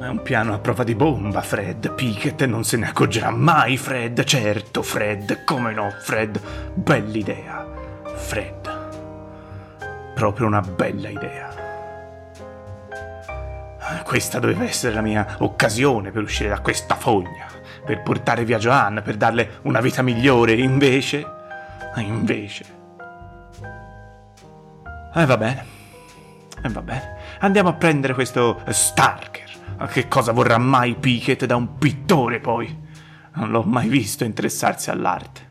È un piano a prova di bomba, Fred. Pickett non se ne accorgerà mai, Fred. Certo, Fred. Come no, Fred. Bell'idea, Fred. Proprio una bella idea. Questa doveva essere la mia occasione per uscire da questa fogna, per portare via Joanne, per darle una vita migliore. Invece... va bene. Andiamo a prendere questo Starker. Che cosa vorrà mai Pickett da un pittore, poi? Non l'ho mai visto interessarsi all'arte.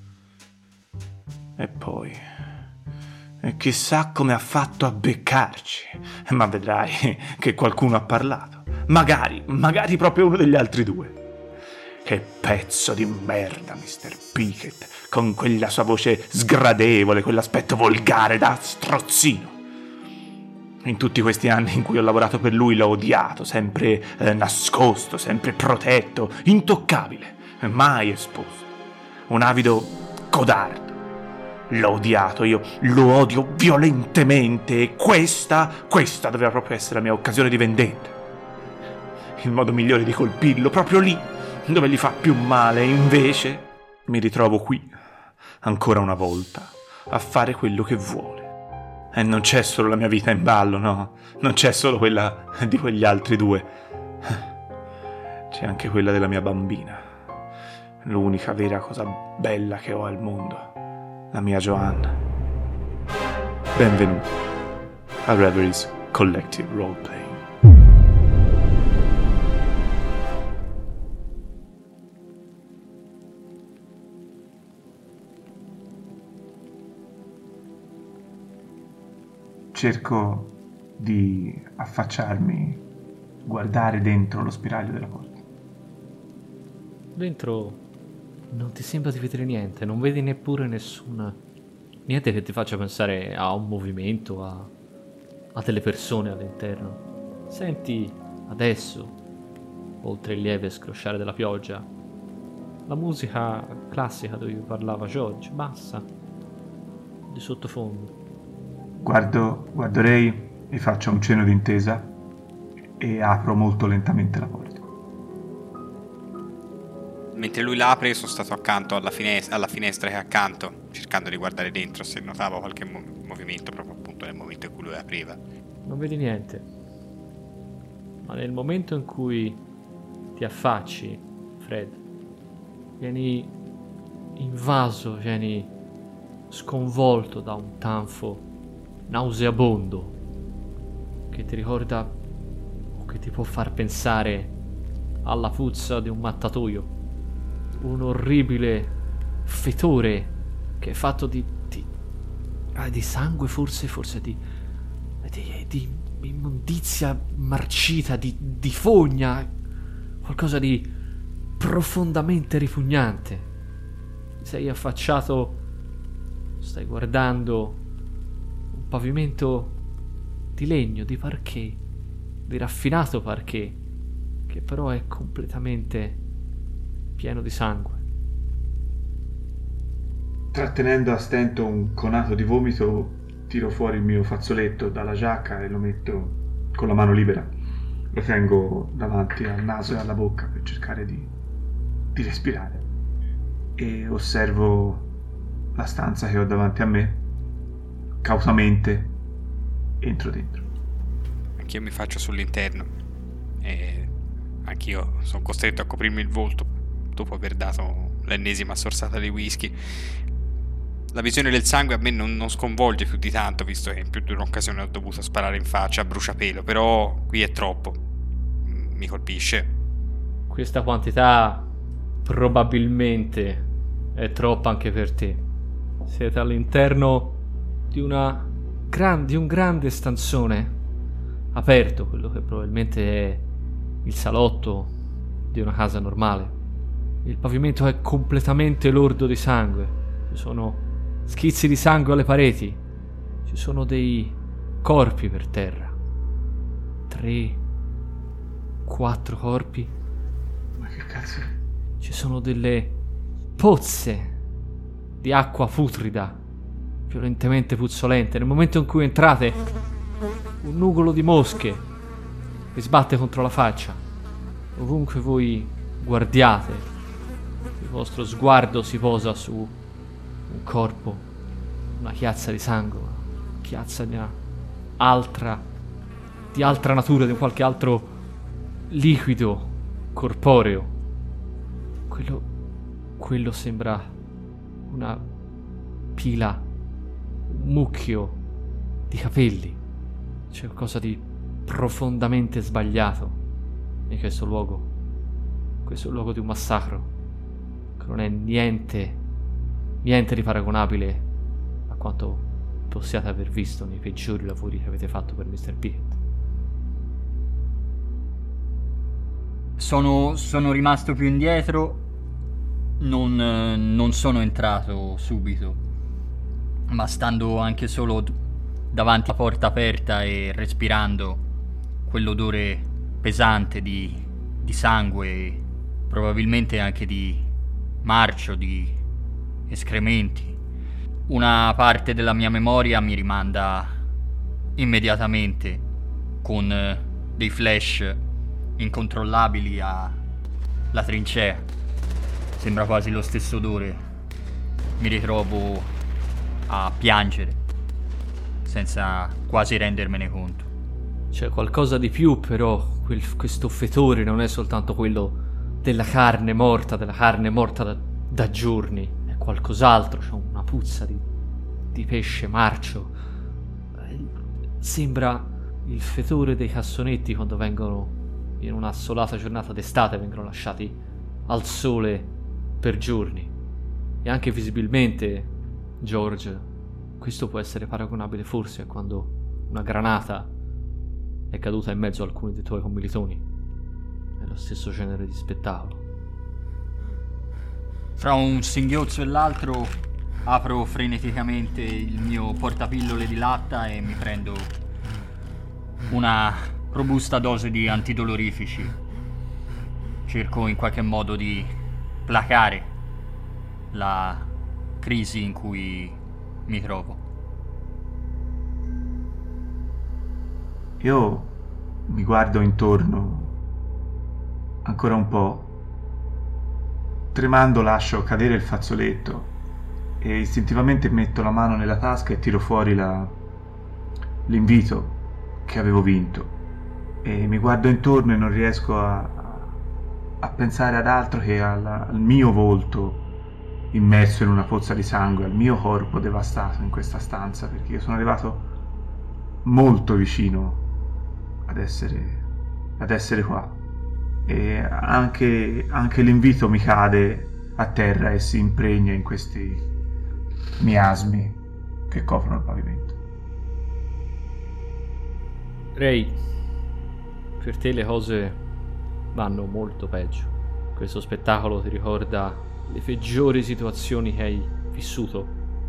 E poi... E chissà come ha fatto a beccarci. Ma vedrai che qualcuno ha parlato. Magari proprio uno degli altri due. Che pezzo di merda, Mr. Pickett, con quella sua voce sgradevole, quell'aspetto volgare da strozzino. In tutti questi anni in cui ho lavorato per lui l'ho odiato, sempre nascosto, sempre protetto, intoccabile, mai esposto. Un avido codardo. L'ho odiato, io lo odio violentemente e questa doveva proprio essere la mia occasione di vendetta. Il modo migliore di colpirlo, proprio lì, dove gli fa più male, invece mi ritrovo qui, ancora una volta, a fare quello che vuole. E non c'è solo la mia vita in ballo, no? Non c'è solo quella di quegli altri due. C'è anche quella della mia bambina. L'unica vera cosa bella che ho al mondo. La mia Joanne. Benvenuti a Reveries Collective Roleplaying. Cerco di affacciarmi, guardare dentro lo spiraglio della porta. Dentro non ti sembra di vedere niente, non vedi neppure niente che ti faccia pensare a un movimento, a delle persone all'interno. Senti adesso, oltre il lieve scrosciare della pioggia, la musica classica di cui parlava George, bassa, di sottofondo. Guardo Ray e faccio un cenno d'intesa e apro molto lentamente la porta. Mentre lui l'apre, sono stato accanto alla finestra che è accanto, cercando di guardare dentro se notavo qualche movimento proprio appunto nel momento in cui lui apriva. Non vedi niente, ma nel momento in cui ti affacci, Fred, vieni invaso, vieni sconvolto da un tanfo nauseabondo che ti ricorda o che ti può far pensare alla puzza di un mattatoio, un orribile fetore che è fatto di sangue, forse di immondizia marcita, di fogna, qualcosa di profondamente ripugnante. Sei affacciato, stai guardando un pavimento di legno, di parquet, di raffinato parquet, che però è completamente pieno di sangue. Trattenendo a stento un conato di vomito, tiro fuori il mio fazzoletto dalla giacca e lo metto con la mano libera. Lo tengo davanti al naso e alla bocca per cercare di respirare. E osservo la stanza che ho davanti a me. Cautamente entro dentro. Anch'io mi faccio sull'interno e anch'io sono costretto a coprirmi il volto dopo aver dato l'ennesima sorsata di whisky. La visione del sangue a me non sconvolge più di tanto, visto che in più di un'occasione ho dovuto sparare in faccia a bruciapelo, però qui è troppo, mi colpisce. Questa quantità probabilmente è troppa anche per te. Siete all'interno di un grande stanzone aperto, quello che probabilmente è il salotto di una casa normale. Il pavimento è completamente lordo di sangue, ci sono schizzi di sangue alle pareti, ci sono dei corpi per terra, 3, 4 corpi. Ma che cazzo? Ci sono delle pozze di acqua putrida, violentemente puzzolente. Nel momento in cui entrate, un nugolo di mosche vi sbatte contro la faccia. Ovunque voi guardiate, il vostro sguardo si posa su un corpo, una chiazza di sangue, una chiazza di altra natura, di qualche altro liquido corporeo. Quello sembra una pila, un mucchio di capelli. C'è qualcosa di profondamente sbagliato in questo luogo. Questo è il luogo di un massacro che non è niente di paragonabile a quanto possiate aver visto nei peggiori lavori che avete fatto per Mr. Pickett. Sono rimasto più indietro, non sono entrato subito, ma stando anche solo davanti alla porta aperta e respirando quell'odore pesante di sangue, probabilmente anche di marcio, di escrementi, una parte della mia memoria mi rimanda immediatamente con dei flash incontrollabili alla trincea. Sembra quasi lo stesso odore. Mi ritrovo a piangere senza quasi rendermene conto. C'è qualcosa di più, però questo fetore non è soltanto quello della carne morta da giorni, è qualcos'altro. C'è una puzza di pesce marcio. Sembra il fetore dei cassonetti quando vengono, in una assolata giornata d'estate, vengono lasciati al sole per giorni. E anche visibilmente, George, questo può essere paragonabile forse a quando una granata è caduta in mezzo a alcuni dei tuoi commilitoni. È lo stesso genere di spettacolo. Fra un singhiozzo e l'altro apro freneticamente il mio portapillole di latta e mi prendo una robusta dose di antidolorifici. Cerco in qualche modo di placare la crisi in cui mi trovo. Io mi guardo intorno ancora un po'. Tremando lascio cadere il fazzoletto e istintivamente metto la mano nella tasca e tiro fuori l'invito che avevo vinto. E mi guardo intorno e non riesco a pensare ad altro che al mio volto immerso in una pozza di sangue, al mio corpo devastato in questa stanza, perché io sono arrivato molto vicino ad essere qua. E anche l'invito mi cade a terra e si impregna in questi miasmi che coprono il pavimento. Ray, per te le cose vanno molto peggio. Questo spettacolo ti ricorda le peggiori situazioni che hai vissuto,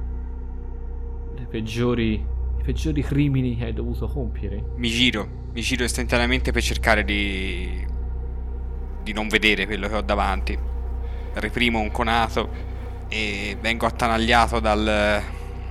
i peggiori crimini che hai dovuto compiere. Mi giro istantaneamente per cercare di non vedere quello che ho davanti. Reprimo un conato e vengo attanagliato dal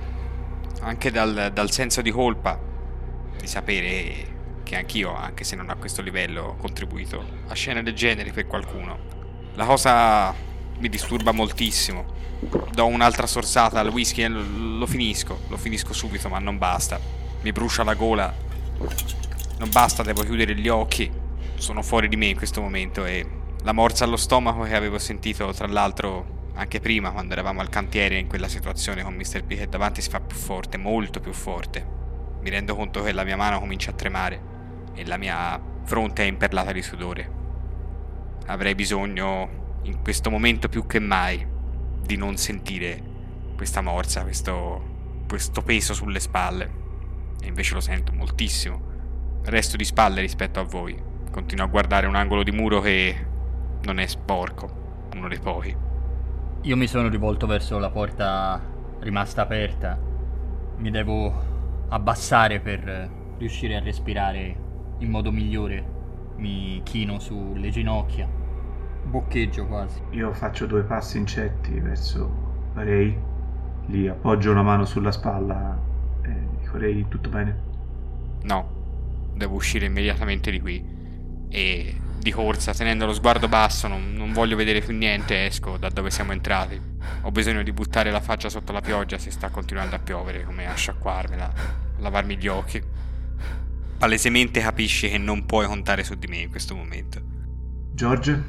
senso di colpa di sapere che anch'io, anche se non a questo livello, ho contribuito a scene del genere per qualcuno. La cosa mi disturba moltissimo. Do un'altra sorsata al whisky e lo finisco subito, ma non basta. Mi brucia la gola. Non basta, devo chiudere gli occhi. Sono fuori di me in questo momento e la morsa allo stomaco che avevo sentito, tra l'altro, anche prima quando eravamo al cantiere in quella situazione con Mr. Pickett davanti, si fa più forte, molto più forte. Mi rendo conto che la mia mano comincia a tremare e la mia fronte è imperlata di sudore. Avrei bisogno, in questo momento più che mai, di non sentire questa morsa, questo peso sulle spalle. E invece lo sento moltissimo. Resto di spalle rispetto a voi. Continuo a guardare un angolo di muro che non è sporco, uno dei pochi. Io mi sono rivolto verso la porta rimasta aperta. Mi devo abbassare per riuscire a respirare in modo migliore. Mi chino sulle ginocchia, boccheggio quasi. Io faccio 2 passi incerti verso Ray, gli appoggio una mano sulla spalla e dico: Ray, tutto bene? No, devo uscire immediatamente di qui. e di corsa, tenendo lo sguardo basso, non voglio vedere più niente, esco da dove siamo entrati. Ho bisogno di buttare la faccia sotto la pioggia se sta continuando a piovere, come a sciacquarmela, a lavarmi gli occhi. Palesemente capisci che non puoi contare su di me in questo momento. George?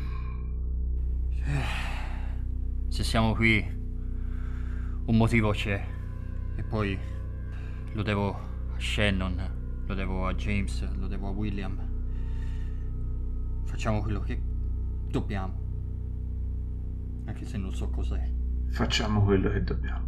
Se siamo qui, un motivo c'è. E poi lo devo a Shannon, lo devo a James, lo devo a William. Facciamo quello che dobbiamo, anche se non so cos'è. Facciamo quello che dobbiamo.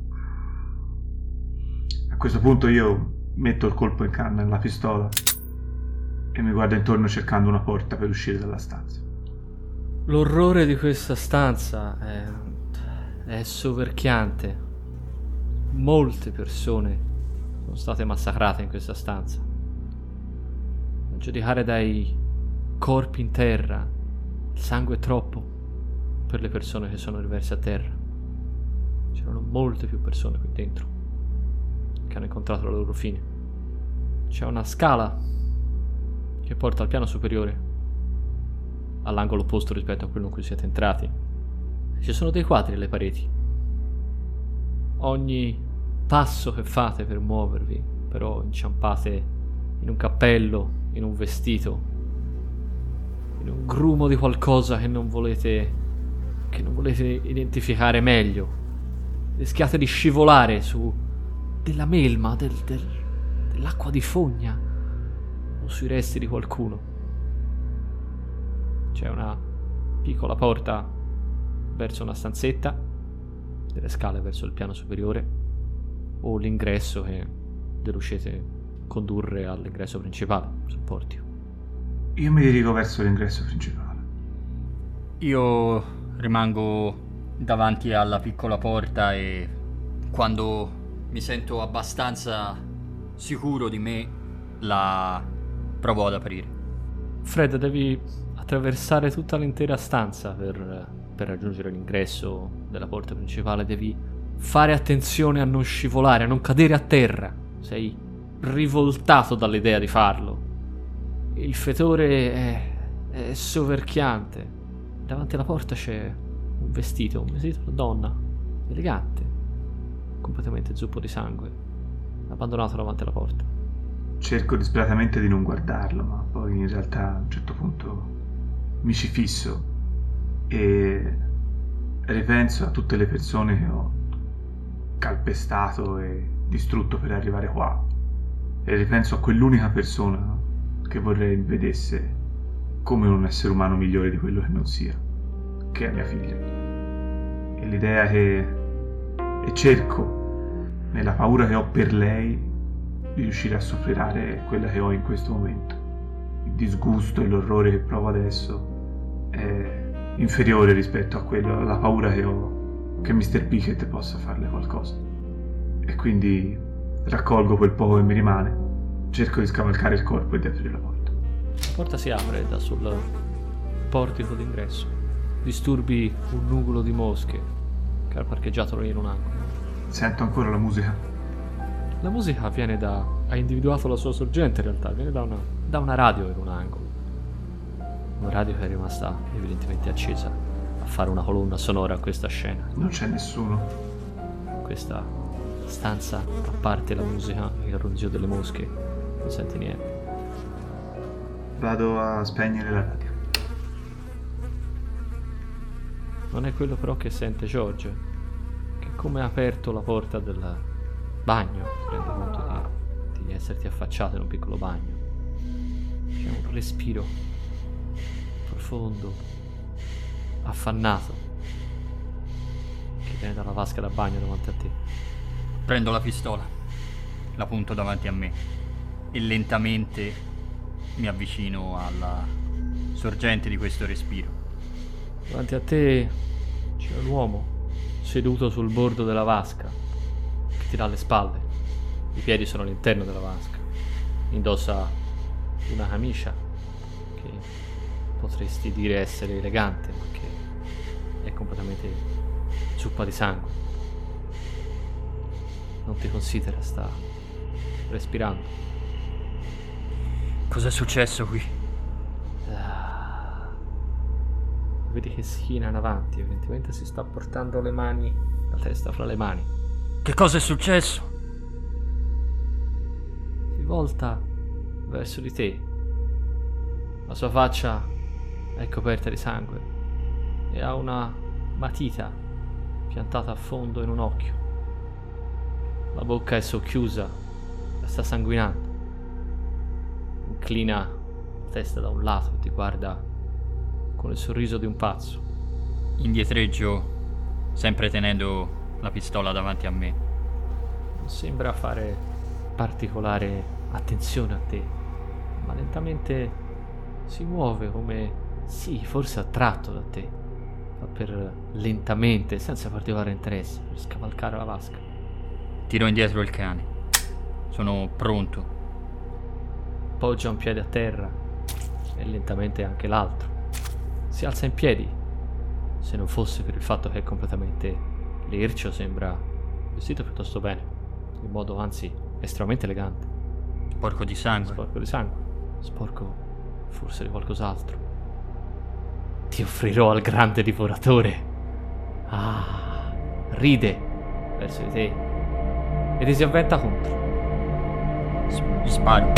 A questo punto io metto il colpo in canna nella pistola e mi guardo intorno cercando una porta per uscire dalla stanza. L'orrore di questa stanza è soverchiante. Molte persone sono state massacrate in questa stanza. A giudicare dai corpi in terra, il sangue è troppo per le persone che sono riverse a terra. C'erano molte più persone qui dentro che hanno incontrato la loro fine. C'è una scala che porta al piano superiore, all'angolo opposto rispetto a quello in cui siete entrati. Ci sono dei quadri alle pareti. Ogni passo che fate per muovervi, però inciampate in un cappello, in un vestito, in un grumo di qualcosa che non volete identificare meglio. Rischiate di scivolare su della melma, dell'acqua di fogna o sui resti di qualcuno. C'è una piccola porta verso una stanzetta, delle scale verso il piano superiore, o l'ingresso che riuscite a condurre all'ingresso principale sul portico. Io mi dirigo verso l'ingresso principale. Io rimango davanti alla piccola porta e quando mi sento abbastanza sicuro di me la provo ad aprire. Fred, devi attraversare tutta l'intera stanza per raggiungere l'ingresso della porta principale. Devi fare attenzione a non scivolare, a non cadere a terra. Sei rivoltato dall'idea di farlo. Il fetore è soverchiante. Davanti alla porta c'è un vestito da donna, elegante, completamente zuppo di sangue, abbandonato davanti alla porta. Cerco disperatamente di non guardarlo, ma poi in realtà a un certo punto mi ci fisso e ripenso a tutte le persone che ho calpestato e distrutto per arrivare qua, e ripenso a quell'unica persona che vorrei vedesse come un essere umano migliore di quello che non sia, che è mia figlia. E l'idea e cerco, nella paura che ho per lei, di riuscire a superare quella che ho in questo momento. Il disgusto e l'orrore che provo adesso è inferiore rispetto a quello, alla paura che ho che Mr. Pickett possa farle qualcosa. E quindi raccolgo quel poco che mi rimane, cerco di scavalcare il corpo e di aprire la porta. La porta si apre da sul portico d'ingresso. Disturbi un nugolo di mosche che ha parcheggiato lì in un angolo. Sento ancora la musica. La musica viene da... ha individuato la sua sorgente in realtà, viene da una radio in un angolo. Una radio che è rimasta evidentemente accesa a fare una colonna sonora a questa scena. Non c'è nessuno. In questa stanza, a parte la musica e il ronzio delle mosche, non senti niente. Vado a spegnere la radio. Non è quello però che sente George, che come ha aperto la porta del bagno, si rende conto di esserti affacciato in un piccolo bagno. C'è un respiro profondo, affannato, che viene dalla vasca da bagno davanti a te. Prendo la pistola, la punto davanti a me e lentamente mi avvicino alla sorgente di questo respiro. Davanti a te c'è un uomo seduto sul bordo della vasca che ti dà le spalle. I piedi sono all'interno della vasca. Indossa una camicia che potresti dire essere elegante, ma che è completamente zuppa di sangue. Non ti considera, sta respirando. Cos'è successo qui? vedi che si china in avanti, evidentemente si sta portando le mani, la testa fra le mani. Che cosa è successo? Si volta verso di te. La sua faccia è coperta di sangue e ha una matita piantata a fondo in un occhio. La bocca è socchiusa e sta sanguinando. Inclina la testa da un lato e ti guarda con il sorriso di un pazzo. Indietreggio, sempre tenendo la pistola davanti a me. Non sembra fare particolare attenzione a te, ma lentamente si muove come, sì, forse attratto da te. Fa per lentamente, senza particolare interesse, per scavalcare la vasca. Tiro indietro il cane. Sono pronto. Poggia un piede a terra e lentamente anche l'altro. Si alza in piedi. Se non fosse per il fatto che è completamente lercio, sembra vestito piuttosto bene, in modo anzi estremamente elegante. Sporco di sangue. Sporco di sangue, sporco forse di qualcos'altro. Ti offrirò al grande divoratore. Ah, ride verso di te e ti si avventa contro. Sparo.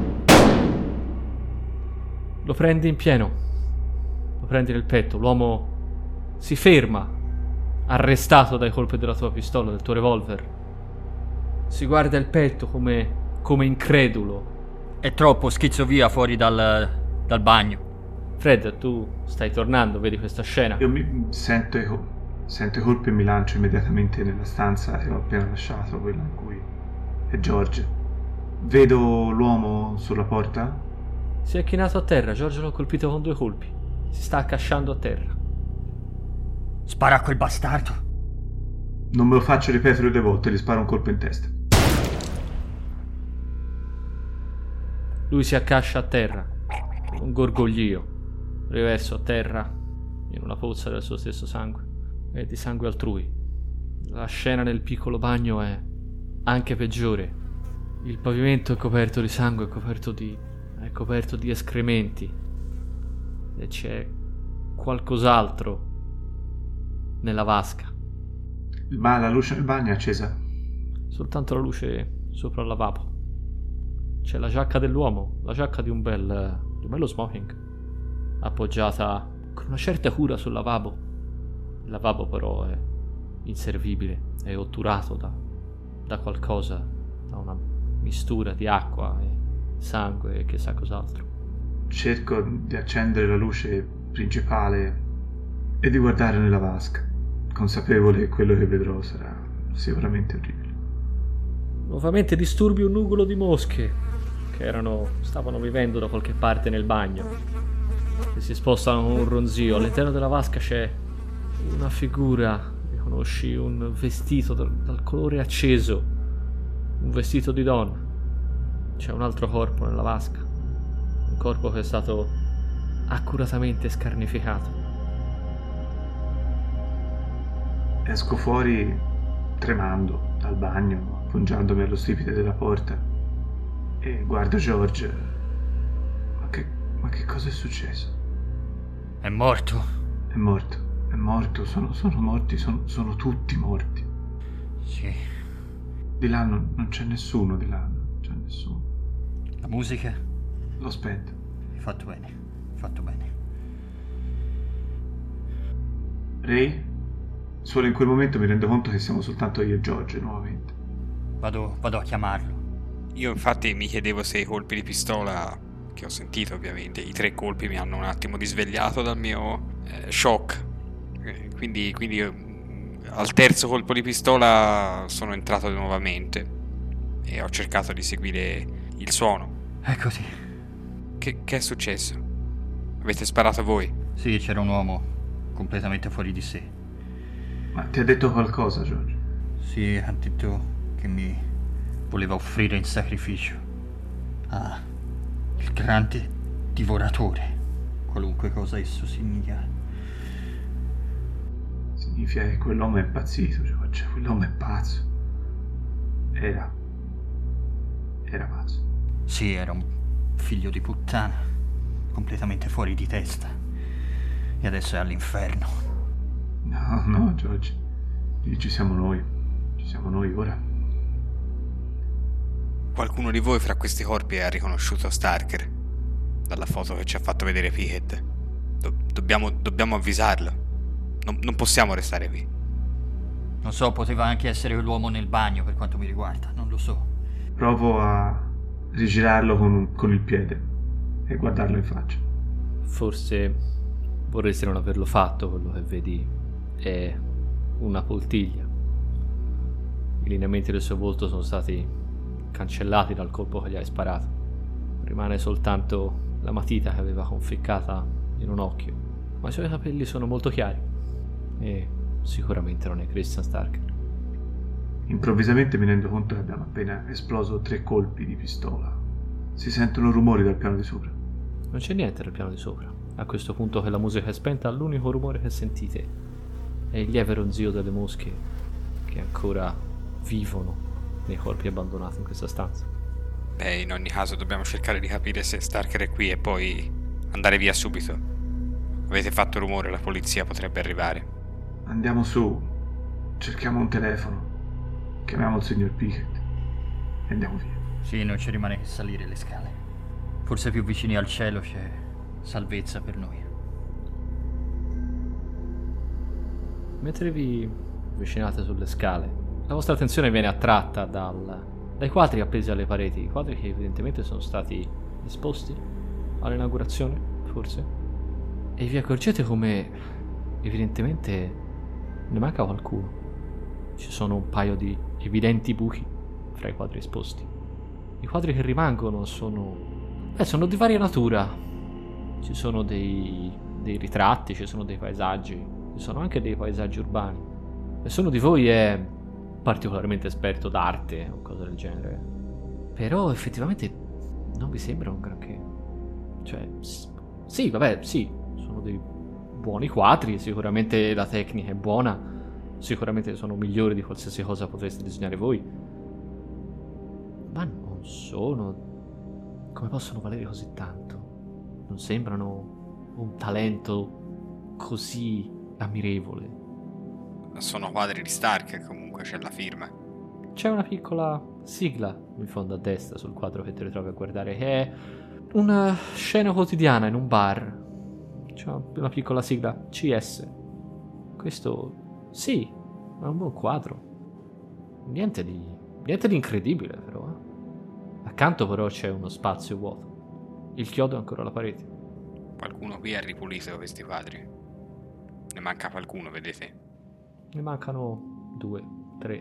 Lo prendi in pieno, lo prendi nel petto. L'uomo si ferma, arrestato dai colpi della tua pistola, del tuo revolver. Si guarda il petto come incredulo. È troppo, schizzo via fuori dal bagno. Fred, tu stai tornando, vedi questa scena? Io sento i colpi e mi lancio immediatamente nella stanza che ho appena lasciato, quella in cui è George. Vedo l'uomo sulla porta. Si è chinato a terra, George l'ha colpito con 2 colpi. Si sta accasciando a terra. Spara a quel bastardo. Non me lo faccio ripetere 2 volte, gli sparo un colpo in testa. Lui si accascia a terra, con un gorgoglio, riverso a terra, in una pozza del suo stesso sangue, e di sangue altrui. La scena nel piccolo bagno è anche peggiore. Il pavimento è coperto di sangue, è coperto di escrementi, e c'è qualcos'altro nella vasca. Ma la luce nel bagno è accesa. Soltanto la luce sopra il lavabo. C'è la giacca dell'uomo, la giacca di un bello smoking, appoggiata con una certa cura sul lavabo. Il lavabo però è inservibile, è otturato da qualcosa, da una mistura di acqua e sangue e chissà cos'altro. Cerco di accendere la luce principale e di guardare nella vasca, consapevole che quello che vedrò sarà sicuramente orribile. Nuovamente disturbi un nugolo di mosche che stavano vivendo da qualche parte nel bagno, e si spostano con un ronzio. All'interno della vasca c'è una figura, riconosci un vestito dal colore acceso, un vestito di donna. C'è un altro corpo nella vasca, un corpo che è stato accuratamente scarnificato. Esco fuori tremando dal bagno, appoggiandomi allo stipite della porta, e guardo George. Ma che cosa è successo? È morto. È morto, sono morti, sono tutti morti. Sì. Di là non c'è nessuno, di là non c'è nessuno. La musica? L'ho spenta. Hai fatto bene. Ray? Solo in quel momento mi rendo conto che siamo soltanto io e George nuovamente. Vado a chiamarlo. Io infatti mi chiedevo se i colpi di pistola, che ho sentito ovviamente, i 3 colpi mi hanno un attimo risvegliato dal mio shock. Quindi al terzo colpo di pistola sono entrato nuovamente e ho cercato di seguire il suono. È così. Che è successo? Avete sparato voi? Sì, c'era un uomo completamente fuori di sé. Ma ti ha detto qualcosa, George? Sì, ha detto che mi voleva offrire in sacrificio a il grande divoratore, qualunque cosa esso significa. Significa che quell'uomo è impazzito, George. Quell'uomo è pazzo. Era pazzo. Sì, era un figlio di puttana, completamente fuori di testa. e adesso è all'inferno. No, George. Lì ci siamo noi. Ci siamo noi ora. Qualcuno di voi fra questi corpi ha riconosciuto Starker dalla foto che ci ha fatto vedere Pickett. Dobbiamo avvisarlo. Non possiamo restare qui. Non so, poteva anche essere l'uomo nel bagno per quanto mi riguarda, non lo so. Provo a rigirarlo con il piede e guardarlo in faccia. Forse vorresti non averlo fatto. Quello che vedi è una poltiglia. I lineamenti del suo volto sono stati cancellati dal colpo che gli hai sparato. Rimane soltanto la matita che aveva conficcata in un occhio, ma i suoi capelli sono molto chiari e sicuramente non è Christian Starker. Improvvisamente mi rendo conto che abbiamo appena esploso 3 colpi di pistola. Si sentono rumori dal piano di sopra. Non c'è niente dal piano di sopra. A questo punto che la musica è spenta, l'unico rumore che sentite è il lieve ronzio delle mosche che ancora vivono nei corpi abbandonati in questa stanza. Beh, in ogni caso dobbiamo cercare di capire se Starker è qui e poi andare via subito. Avete fatto rumore, la polizia potrebbe arrivare. Andiamo su, cerchiamo un telefono, chiamiamo il signor Pickett e andiamo via. Sì, non ci rimane che salire le scale. Forse più vicini al cielo c'è salvezza per noi. Mentre vi avvicinate sulle scale, la vostra attenzione viene attratta dai quadri appesi alle pareti, quadri che evidentemente sono stati esposti all'inaugurazione, forse, e vi accorgete come evidentemente ne manca qualcuno. Ci sono un paio di evidenti buchi fra i quadri esposti. I quadri che rimangono sono di varia natura. Ci sono dei ritratti, ci sono dei paesaggi, ci sono anche dei paesaggi urbani. Nessuno di voi è particolarmente esperto d'arte o cose del genere, però effettivamente non vi sembra un granché. Cioè, sì, vabbè, sì, sono dei buoni quadri, sicuramente la tecnica è buona, sicuramente sono migliori di qualsiasi cosa potreste disegnare voi, ma non sono... come possono valere così tanto? Non sembrano un talento così ammirevole. Sono quadri di Starker, comunque c'è la firma. C'è una piccola sigla in fondo a destra sul quadro che te ne trovi a guardare, che è una scena quotidiana in un bar. C'è una piccola sigla CS. Questo sì, è un buon quadro. Niente di incredibile, però. Accanto però c'è uno spazio vuoto. Il chiodo è ancora alla parete. Qualcuno qui ha ripulito questi quadri. Ne manca qualcuno, vedete? Ne mancano 2, 3.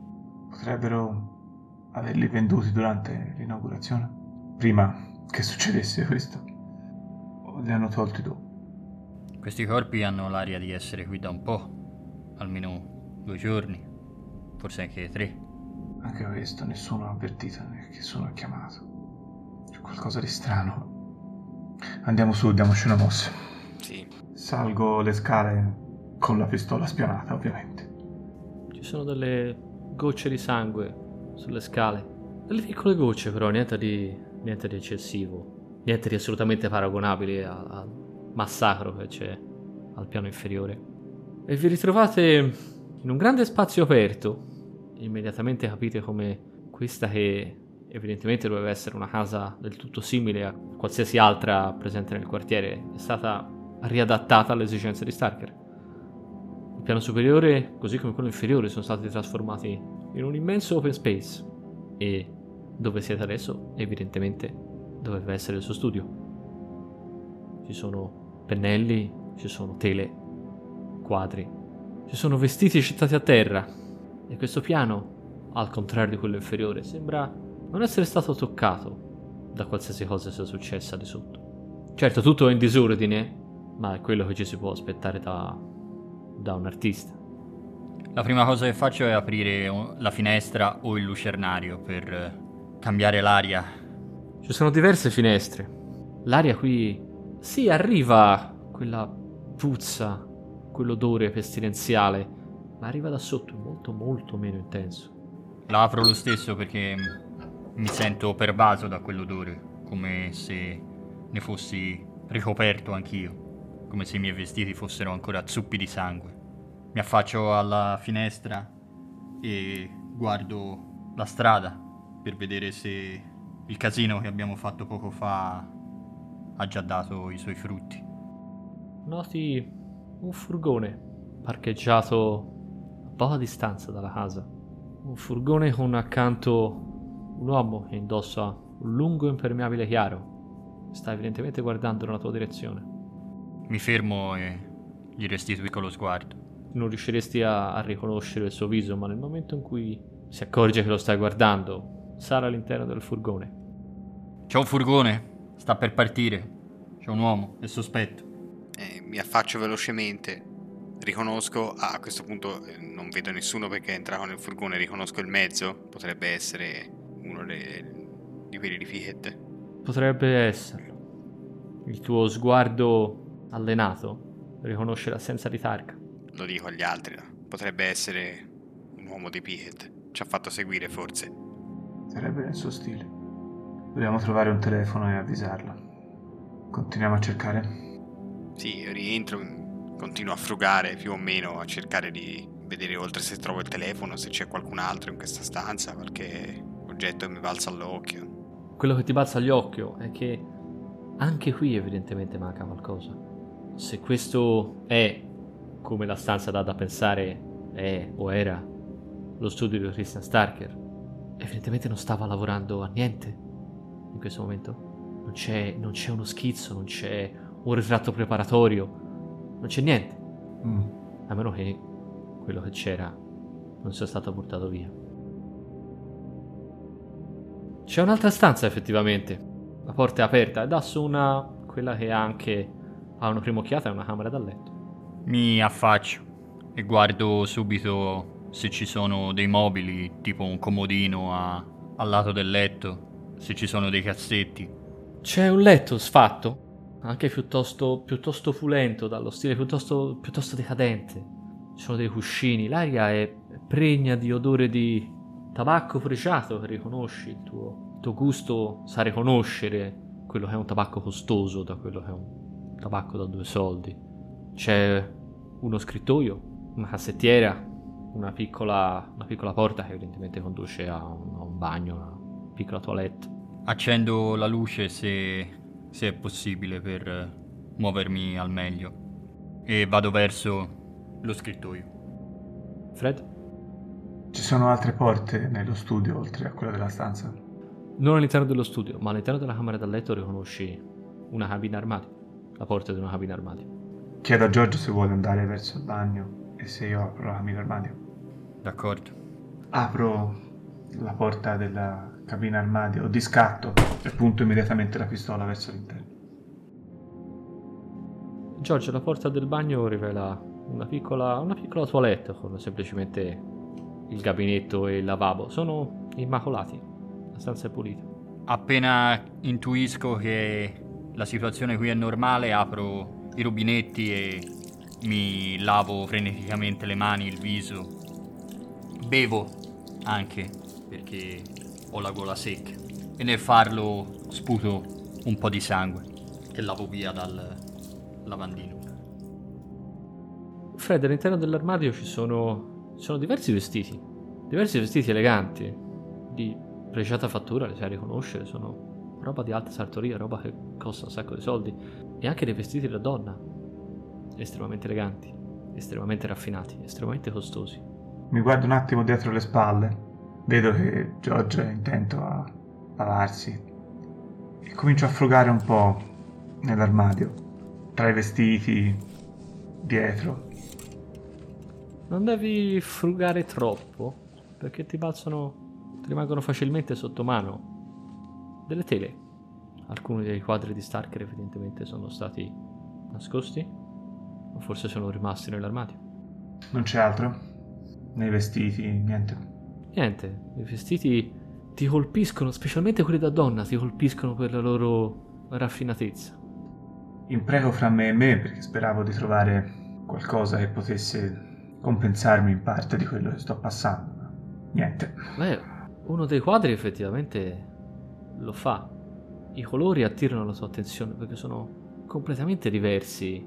Potrebbero averli venduti durante l'inaugurazione, prima che succedesse questo, o li hanno tolti dopo. Questi corpi hanno l'aria di essere qui da un po', almeno 2 giorni, forse anche 3. Anche questo nessuno ha avvertito che sono chiamato. C'è qualcosa di strano. Andiamo su, diamoci una mossa. Sì. Salgo le scale con la pistola spionata, ovviamente. Ci sono delle gocce di sangue sulle scale. Delle piccole gocce, però, niente di eccessivo. Niente di assolutamente paragonabile al massacro che c'è al piano inferiore. E vi ritrovate in un grande spazio aperto. Immediatamente capite come questa, che evidentemente doveva essere una casa del tutto simile a qualsiasi altra presente nel quartiere, è stata riadattata alle esigenze di Starker. Il piano superiore, così come quello inferiore, sono stati trasformati in un immenso open space, e dove siete adesso evidentemente doveva essere il suo studio. Ci sono pennelli, ci sono tele, quadri, ci sono vestiti gettati a terra, e questo piano, al contrario di quello inferiore, sembra non essere stato toccato da qualsiasi cosa sia successa di sotto. Certo, tutto è in disordine, ma è quello che ci si può aspettare da un artista. La prima cosa che faccio è aprire la finestra o il lucernario per cambiare l'aria. Ci sono diverse finestre. L'aria qui, sì, arriva quella puzza, quell'odore pestilenziale, ma arriva da sotto, molto molto meno intenso. La apro lo stesso perché mi sento pervaso da quell'odore, come se ne fossi ricoperto anch'io. come se i miei vestiti fossero ancora zuppi di sangue. Mi affaccio alla finestra e guardo la strada per vedere se il casino che abbiamo fatto poco fa ha già dato i suoi frutti. Noti un furgone parcheggiato a poca distanza dalla casa. Un furgone con accanto un uomo che indossa un lungo impermeabile chiaro. Sta evidentemente guardando nella tua direzione. Mi fermo e gli restituisco lo sguardo. Non riusciresti a riconoscere il suo viso, ma nel momento in cui si accorge che lo stai guardando, sale all'interno del furgone. C'è un furgone, sta per partire. C'è un uomo, è sospetto. Mi affaccio velocemente. Riconosco, a questo punto non vedo nessuno perché è entrato nel furgone, riconosco il mezzo. Potrebbe essere uno di quelli di Fihet. Potrebbe esserlo. Il tuo sguardo allenato riconosce l'assenza di targa. Lo dico agli altri, potrebbe essere un uomo di Fihet. Ci ha fatto seguire forse. Sarebbe nel suo stile. Dobbiamo trovare un telefono e avvisarlo. Continuiamo a cercare? Sì, rientro, continuo a frugare più o meno, a cercare di vedere oltre se trovo il telefono, se c'è qualcun altro in questa stanza, qualche oggetto che mi balza all'occhio. Quello che ti balza agli occhi è che anche qui evidentemente manca qualcosa. Se questo è, come la stanza dà da pensare è o era, lo studio di Christian Starker, evidentemente non stava lavorando a niente in questo momento. Non c'è uno schizzo, non c'è un ritratto preparatorio, non c'è niente. A meno che quello che c'era non sia stato portato via. C'è un'altra stanza effettivamente. La porta è aperta e dà su quella che anche ha una prima occhiata è una camera da letto. Mi affaccio e guardo subito se ci sono dei mobili, tipo un comodino al lato del letto, se ci sono dei cassetti. C'è un letto sfatto, anche piuttosto pulento, dallo stile piuttosto decadente. Ci sono dei cuscini, l'aria è pregna di odore di tabacco pregiato che riconosci. Il tuo gusto sa riconoscere quello che è un tabacco costoso da quello che è un tabacco da 2 soldi. C'è uno scrittoio, una cassettiera, una piccola porta che evidentemente conduce a un bagno, una piccola toilette. Accendo la luce se è possibile per muovermi al meglio e vado verso lo scrittoio. Fred? Ci sono altre porte nello studio oltre a quella della stanza? Non all'interno dello studio, ma all'interno della camera da letto riconosci una cabina armadio. La porta di una cabina armadio. Chiedo a Giorgio se vuole andare verso il bagno e se io apro la cabina armadio. D'accordo. Apro la porta della cabina armadio di scatto e punto immediatamente la pistola verso l'interno. Giorgio, la porta del bagno rivela una piccola toilette con semplicemente il gabinetto e il lavabo. Sono immacolati, la stanza è pulita. Appena intuisco che la situazione qui è normale, apro i rubinetti e mi lavo freneticamente le mani, il viso. Bevo anche perché ho la gola secca e nel farlo sputo un po' di sangue che lavo via dal lavandino. Fred, all'interno dell'armadio ci sono diversi vestiti eleganti, di pregiata fattura, li sai riconoscere, sono roba di alta sartoria, roba che costa un sacco di soldi, e anche dei vestiti da donna, estremamente eleganti, estremamente raffinati, estremamente costosi. Mi guardo un attimo dietro le spalle, vedo che Giorgio è intento a lavarsi e comincio a frugare un po' nell'armadio, tra i vestiti, dietro. Non devi frugare troppo, perché ti rimangono facilmente sotto mano delle tele. Alcuni dei quadri di Starker evidentemente sono stati nascosti, o forse sono rimasti nell'armadio. Non c'è altro? Nei vestiti, niente? Niente, i vestiti ti colpiscono, specialmente quelli da donna, ti colpiscono per la loro raffinatezza. Impreco fra me e me perché speravo di trovare qualcosa che potesse compensarmi in parte di quello che sto passando, ma niente. Beh, uno dei quadri effettivamente lo fa. I colori attirano la tua attenzione perché sono completamente diversi da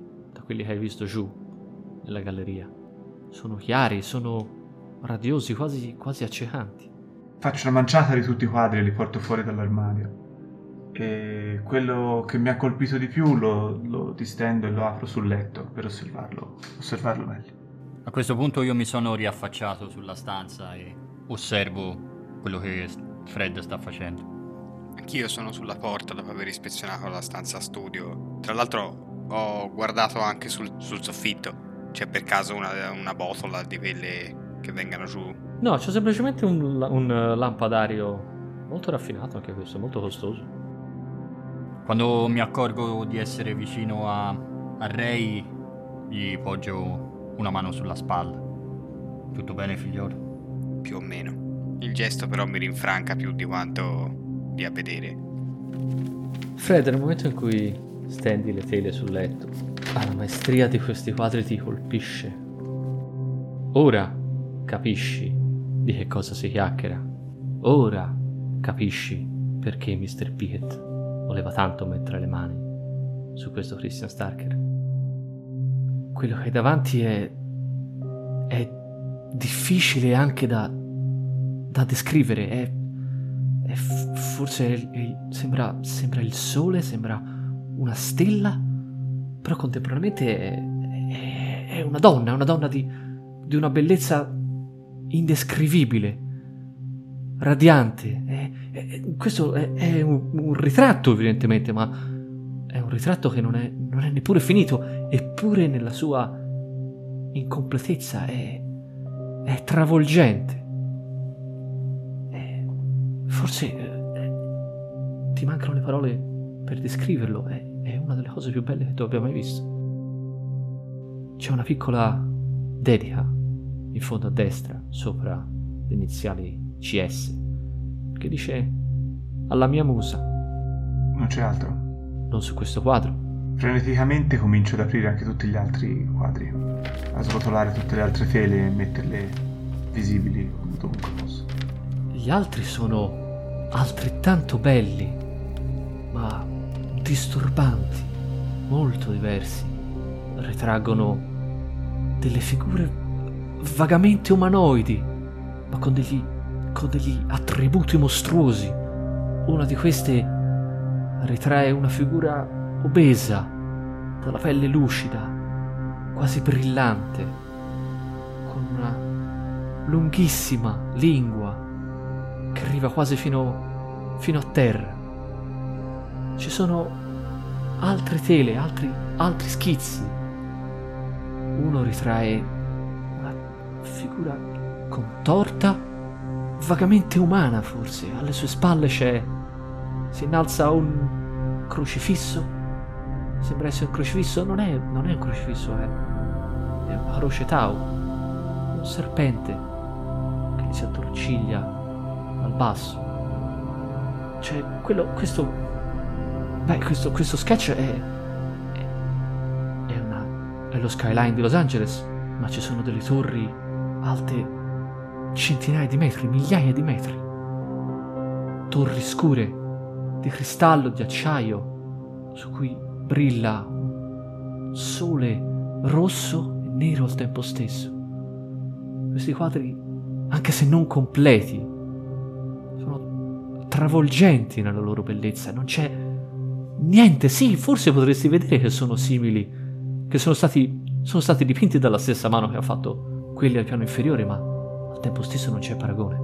quelli che hai visto giù nella galleria. Sono chiari, sono radiosi, quasi accecanti. Faccio una manciata di tutti i quadri e li porto fuori dall'armadio. E quello che mi ha colpito di più lo distendo e lo apro sul letto per osservarlo meglio. A questo punto io mi sono riaffacciato sulla stanza e osservo quello che Fred sta facendo. Anch'io sono sulla porta dopo aver ispezionato la stanza studio. Tra l'altro ho guardato anche sul soffitto. C'è per caso una botola di quelle che vengano giù? No, c'è semplicemente un lampadario molto raffinato, anche questo, molto costoso. Quando mi accorgo di essere vicino a Ray, gli poggio una mano sulla spalla. Tutto bene, figliolo? Più o meno. Il gesto però mi rinfranca più di quanto dia a vedere. Fred, nel momento in cui stendi le tele sul letto, la maestria di questi quadri ti colpisce. Ora capisci di che cosa si chiacchiera. Ora capisci perché Mr. Pickett voleva tanto mettere le mani su questo Christian Starker. Quello che hai davanti è difficile anche da descrivere. Forse sembra il sole, sembra una stella, però contemporaneamente è una donna di una bellezza indescrivibile, radiante. Questo è un ritratto, evidentemente, ma è un ritratto che non è neppure finito, eppure nella sua incompletezza è travolgente. Forse ti mancano le parole per descriverlo. È una delle cose più belle che tu abbia mai visto. C'è una piccola dedica in fondo a destra, sopra le iniziali CS, che dice: alla mia musa. Non c'è altro. Non su questo quadro. Freneticamente comincio ad aprire anche tutti gli altri quadri, a srotolare tutte le altre tele e metterle visibili dovunque posso. Gli altri sono altrettanto belli, ma disturbanti, molto diversi. Ritraggono delle figure vagamente umanoidi, ma con degli attributi mostruosi. Una di queste ritrae una figura obesa, dalla pelle lucida, quasi brillante, con una lunghissima lingua che arriva quasi fino a terra. Ci sono altre tele, altri schizzi. Uno ritrae una figura contorta, vagamente umana forse. Alle sue spalle si innalza un crocifisso. Sembra essere un crocifisso. Non è un crocifisso, è una croce Tau, un serpente che gli si attorciglia al basso. Cioè, questo sketch è lo skyline di Los Angeles, ma ci sono delle torri alte centinaia di metri, migliaia di metri. Torri scure di cristallo, di acciaio, su cui brilla un sole rosso e nero al tempo stesso. Questi quadri, anche se non completi, sono travolgenti nella loro bellezza. Non c'è niente. Sì, forse potresti vedere che sono simili, che sono stati dipinti dalla stessa mano che ha fatto quelli al piano inferiore, ma al tempo stesso non c'è paragone.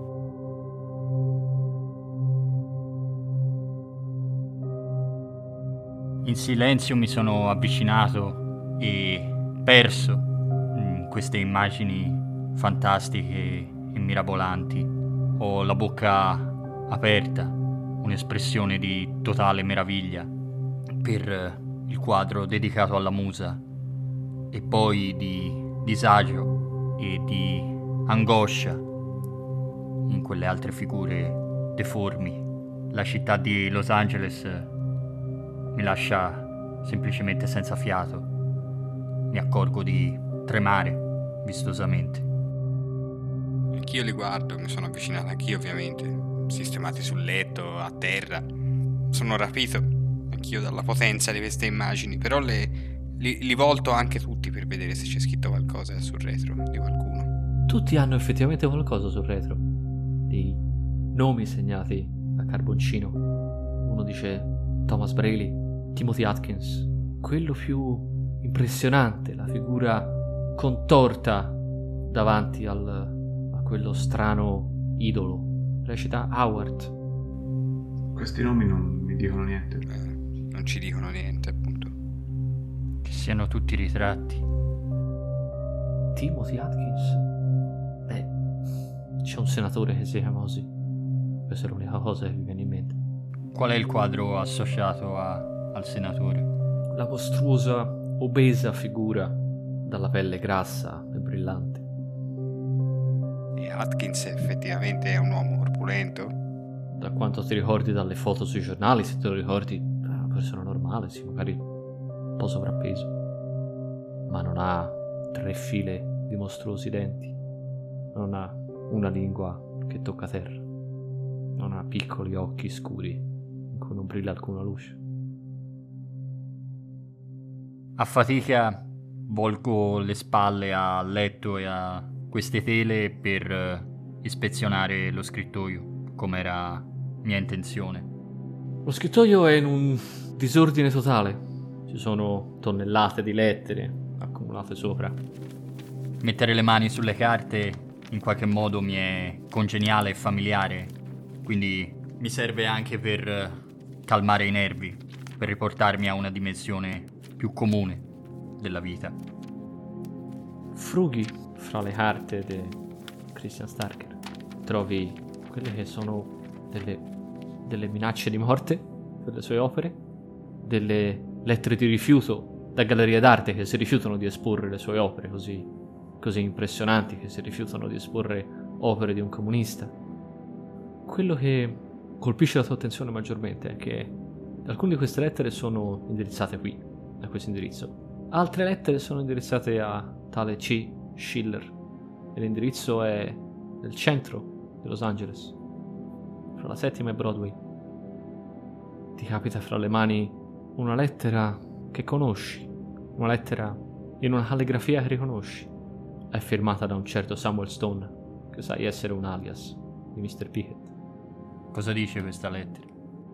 In silenzio mi sono avvicinato e perso in queste immagini fantastiche e mirabolanti. Ho la bocca aperta, un'espressione di totale meraviglia per il quadro dedicato alla musa, e poi di disagio e di angoscia in quelle altre figure deformi. La città di Los Angeles mi lascia semplicemente senza fiato. Mi accorgo di tremare vistosamente. Anch'io li guardo, mi sono avvicinato anch'io, ovviamente, sistemati sul letto, a terra. Sono rapito anch'io dalla potenza di queste immagini, però le Li volto anche tutti per vedere se c'è scritto qualcosa sul retro di qualcuno. Tutti hanno effettivamente qualcosa sul retro. Dei nomi segnati a carboncino. Uno dice Thomas Braley, Timothy Atkins. Quello più impressionante, la figura contorta davanti a quello strano idolo. Recita Howard. Questi nomi non mi dicono niente. Non ci dicono niente, appunto. Che siano tutti ritratti. Timothy Atkins? Beh, c'è un senatore che si chiama così. Questa è l'unica cosa che mi viene in mente. Qual è il quadro associato al senatore? La mostruosa, obesa figura dalla pelle grassa e brillante. E Atkins effettivamente è un uomo corpulento? Da quanto ti ricordi dalle foto sui giornali, se te lo ricordi, è una persona normale, sì, magari un po' sovrappeso. Ma non ha 3 file di mostruosi denti. Non ha una lingua che tocca terra. Non ha piccoli occhi scuri in cui non brilla alcuna luce. A fatica volgo le spalle al letto e a queste tele per ispezionare lo scrittoio, come era mia intenzione. Lo scrittoio è in un disordine totale. Ci sono tonnellate di lettere accumulate sopra. Mettere le mani sulle carte in qualche modo mi è congeniale e familiare, quindi mi serve anche per calmare i nervi, per riportarmi a una dimensione più comune della vita. Frughi fra le carte di Christian Starker. Trovi quelle che sono delle minacce di morte per le sue opere, delle lettere di rifiuto da gallerie d'arte che si rifiutano di esporre le sue opere così impressionanti, che si rifiutano di esporre opere di un comunista. Quello che colpisce la tua attenzione maggiormente è che alcune di queste lettere sono indirizzate qui, a questo indirizzo. Altre lettere sono indirizzate a tale C. Schiller e l'indirizzo è nel centro di Los Angeles, fra la 7ª e Broadway. Ti capita fra le mani una lettera che conosci, una lettera in una calligrafia che riconosci. È firmata da un certo Samuel Stone, che sai essere un alias di Mr. Pickett. Cosa dice questa lettera?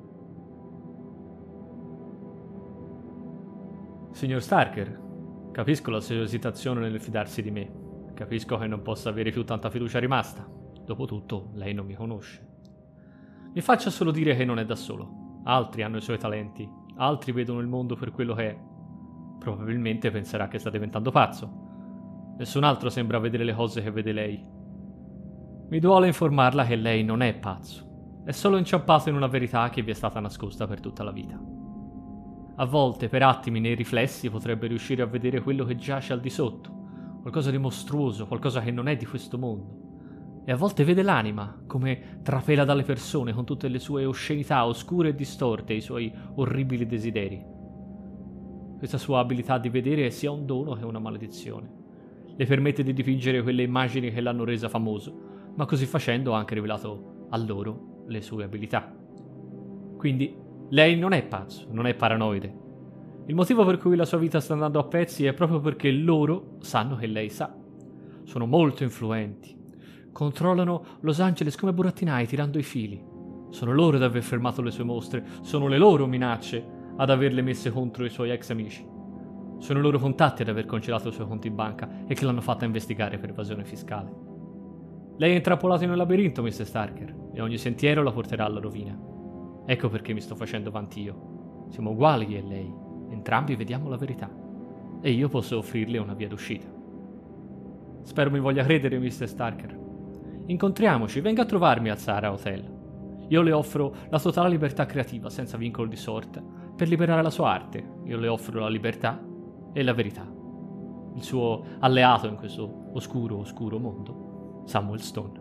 Signor Starker, capisco la sua esitazione nel fidarsi di me. Capisco che non possa avere più tanta fiducia rimasta. Dopotutto, lei non mi conosce. Mi faccia solo dire che non è da solo. Altri hanno i suoi talenti, altri vedono il mondo per quello che è. Probabilmente penserà che sta diventando pazzo. Nessun altro sembra vedere le cose che vede lei. Mi duole informarla che lei non è pazzo. È solo inciampato in una verità che vi è stata nascosta per tutta la vita. A volte, per attimi, nei riflessi potrebbe riuscire a vedere quello che giace al di sotto, qualcosa di mostruoso, qualcosa che non è di questo mondo. E a volte vede l'anima, come trapela dalle persone con tutte le sue oscenità oscure e distorte, i suoi orribili desideri. Questa sua abilità di vedere è sia un dono che una maledizione. Le permette di dipingere quelle immagini che l'hanno resa famoso, ma così facendo ha anche rivelato a loro le sue abilità. Quindi lei non è pazzo, non è paranoide. Il motivo per cui la sua vita sta andando a pezzi è proprio perché loro sanno che lei sa. Sono molto influenti. Controllano Los Angeles come burattinai tirando i fili. Sono loro ad aver fermato le sue mostre, sono le loro minacce ad averle messe contro i suoi ex amici. Sono i loro contatti ad aver congelato i suoi conti in banca e che l'hanno fatta investigare per evasione fiscale. Lei è intrappolato in un labirinto, Mr. Starker, e ogni sentiero la porterà alla rovina. Ecco perché mi sto facendo avanti io. Siamo uguali io e lei, entrambi vediamo la verità, e io posso offrirle una via d'uscita. Spero mi voglia credere, Mr. Starker. Incontriamoci, venga a trovarmi al Sahara Hotel. Io le offro la totale libertà creativa, senza vincolo di sorta, per liberare la sua arte. Io le offro la libertà e la verità. Il suo alleato in questo oscuro mondo, Samuel Stone.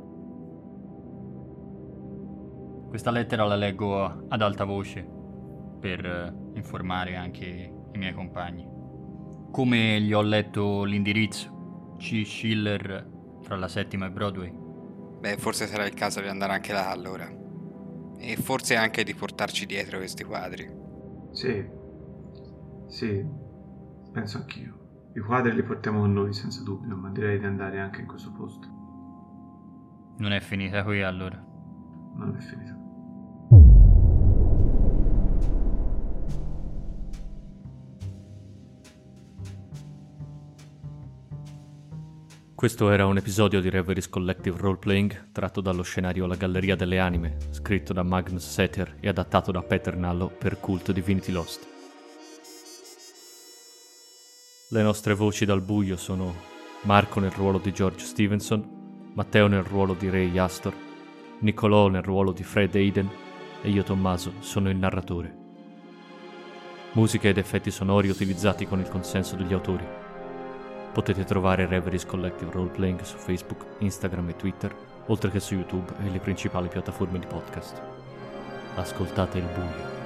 Questa lettera la leggo ad alta voce per informare anche i miei compagni. Come gli ho letto l'indirizzo, C. Schiller fra la 7ª e Broadway. Beh, forse sarà il caso di andare anche là allora. E forse anche di portarci dietro questi quadri. Sì. Penso anch'io. I quadri li portiamo con noi senza dubbio, ma direi di andare anche in questo posto. Non è finita qui allora. Non è finita. Questo era un episodio di Reveries Collective Roleplaying tratto dallo scenario La Galleria delle Anime, scritto da Magnus Setter e adattato da Peter Nallo per Cult Divinity Lost. Le nostre voci dal buio sono Marco nel ruolo di George Stevenson, Matteo nel ruolo di Ray Astor, Niccolò nel ruolo di Fred Aiden e io Tommaso sono il narratore. Musica ed effetti sonori utilizzati con il consenso degli autori. Potete trovare Reveries Collective Roleplaying su Facebook, Instagram e Twitter, oltre che su YouTube e le principali piattaforme di podcast. Ascoltate il buio.